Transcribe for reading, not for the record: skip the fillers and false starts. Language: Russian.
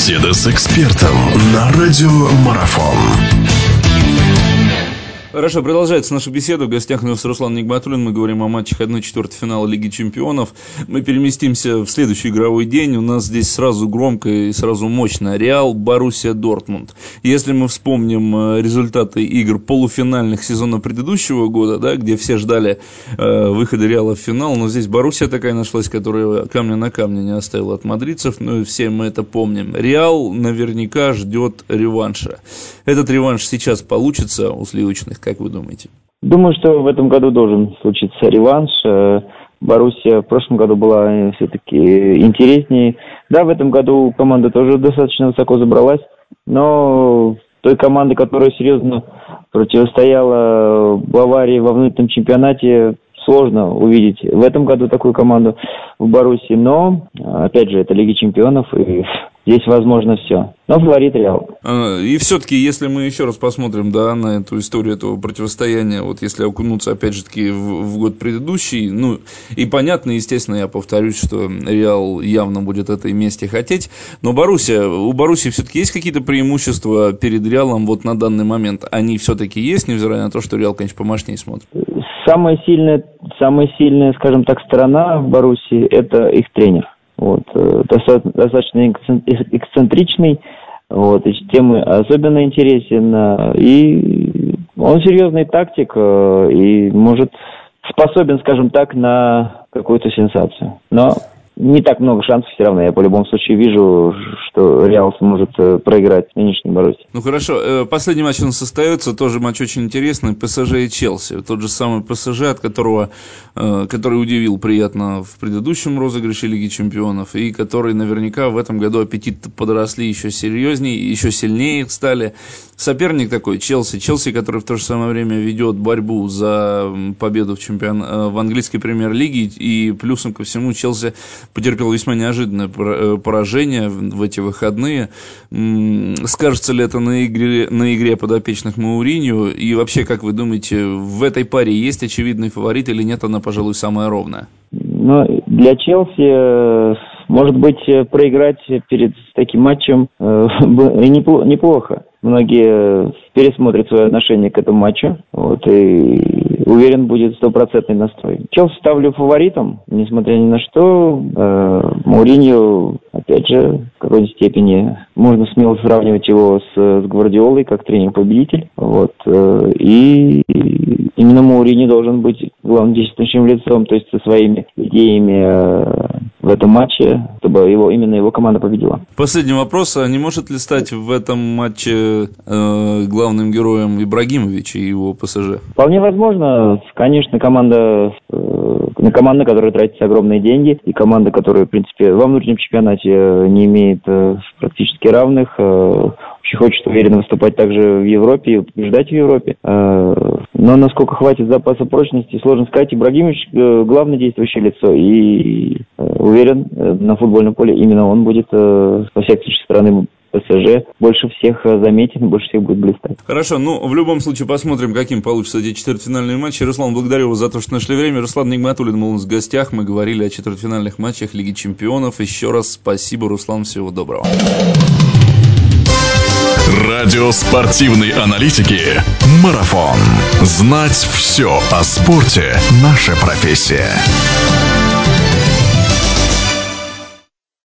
Беседа с экспертом на радио Марафон. Хорошо, продолжается наша беседа. В гостях у нас Руслан Нигматуллин. Мы говорим о матчах 1/4 финала Лиги Чемпионов. Мы переместимся в следующий игровой день. У нас здесь сразу громко и сразу мощно. Реал, Боруссия, Дортмунд. Если мы вспомним результаты игр полуфинальных сезона предыдущего года, да, где все ждали выхода Реала в финал, но здесь Боруссия такая нашлась, которая камня на камне не оставила от мадридцев. Ну и все мы это помним. Реал наверняка ждет реванша. Этот реванш сейчас получится у сливочных, как вы думаете? Думаю, что в этом году должен случиться реванш. Боруссия в прошлом году была все-таки интереснее. Да, в этом году команда тоже достаточно высоко забралась, но той команды, которая серьезно противостояла Баварии во внутреннем чемпионате, сложно увидеть в этом году такую команду в Боруссии. Но, опять же, это Лига Чемпионов, и здесь возможно все. Но фаворит Реал. И все-таки, если мы еще раз посмотрим, да, на эту историю этого противостояния, вот если окунуться, опять же таки, в год предыдущий, ну, и понятно, естественно, я повторюсь, что Реал явно будет этой мести хотеть, но у Боруссии все-таки есть какие-то преимущества перед Реалом вот на данный момент? Они все-таки есть, невзирая на то, что Реал, конечно, помощнее смотрит? Самая сильная, скажем так, сторона в Боруссии – это их тренер. Вот, достаточно эксцентричный, вот, и темы особенно интересен, и он серьезный тактик и способен, скажем так, на какую-то сенсацию. Но не так много шансов все равно. Я по любому случаю вижу, что Реал сможет проиграть нынешней Боруссии. Ну хорошо, последний матч у нас остается, тоже матч очень интересный, ПСЖ и Челси. Тот же самый ПСЖ, который удивил приятно в предыдущем розыгрыше Лиги Чемпионов, и который наверняка в этом году аппетит подросли еще серьезнее, еще сильнее стали. Соперник такой Челси, который в то же самое время ведет борьбу за победу в английской премьер-лиге, и плюсом ко всему Челси потерпел весьма неожиданное поражение в эти выходные. Скажется ли это на игре подопечных Мауриньо? И вообще, как вы думаете, в этой паре есть очевидный фаворит или нет, она, пожалуй, самая ровная? Ну, для Челси, может быть, проиграть перед таким матчем неплохо. Многие пересмотрят свое отношение к этому матчу, вот, и уверен, будет стопроцентный настрой. Челси ставлю фаворитом, несмотря ни на что. Мауриньо, опять же, в какой-то степени можно смело сравнивать его с Гвардиолой, как тренер-победитель. Вот, и именно Мауриньо должен быть главным действующим лицом, то есть со своими идеями в этом матче, чтобы именно его команда победила. Последний вопрос. А не может ли стать в этом матче главным героем Ибрагимович и его ПСЖ? Вполне возможно. Конечно, команда, которая тратит огромные деньги, и команда, которая, в принципе, во внутреннем чемпионате не имеет практически равных, очень хочет уверенно выступать также в Европе и побеждать в Европе. Но насколько хватит запаса прочности, сложно сказать. Ибрагимович главное действующее лицо, и уверен, на футбольном поле именно он будет во всяком случае стороны ПСЖ больше всех заметен, больше всех будет блистать. Хорошо, в любом случае посмотрим, каким получатся эти четвертьфинальные матчи. Руслан, благодарю вас за то, что нашли время. Руслан Нигматуллин был у нас в гостях. Мы говорили о четвертьфинальных матчах Лиги Чемпионов. Еще раз спасибо, Руслан, всего доброго. Радио спортивной аналитики «Марафон». Знать все о спорте – наша профессия.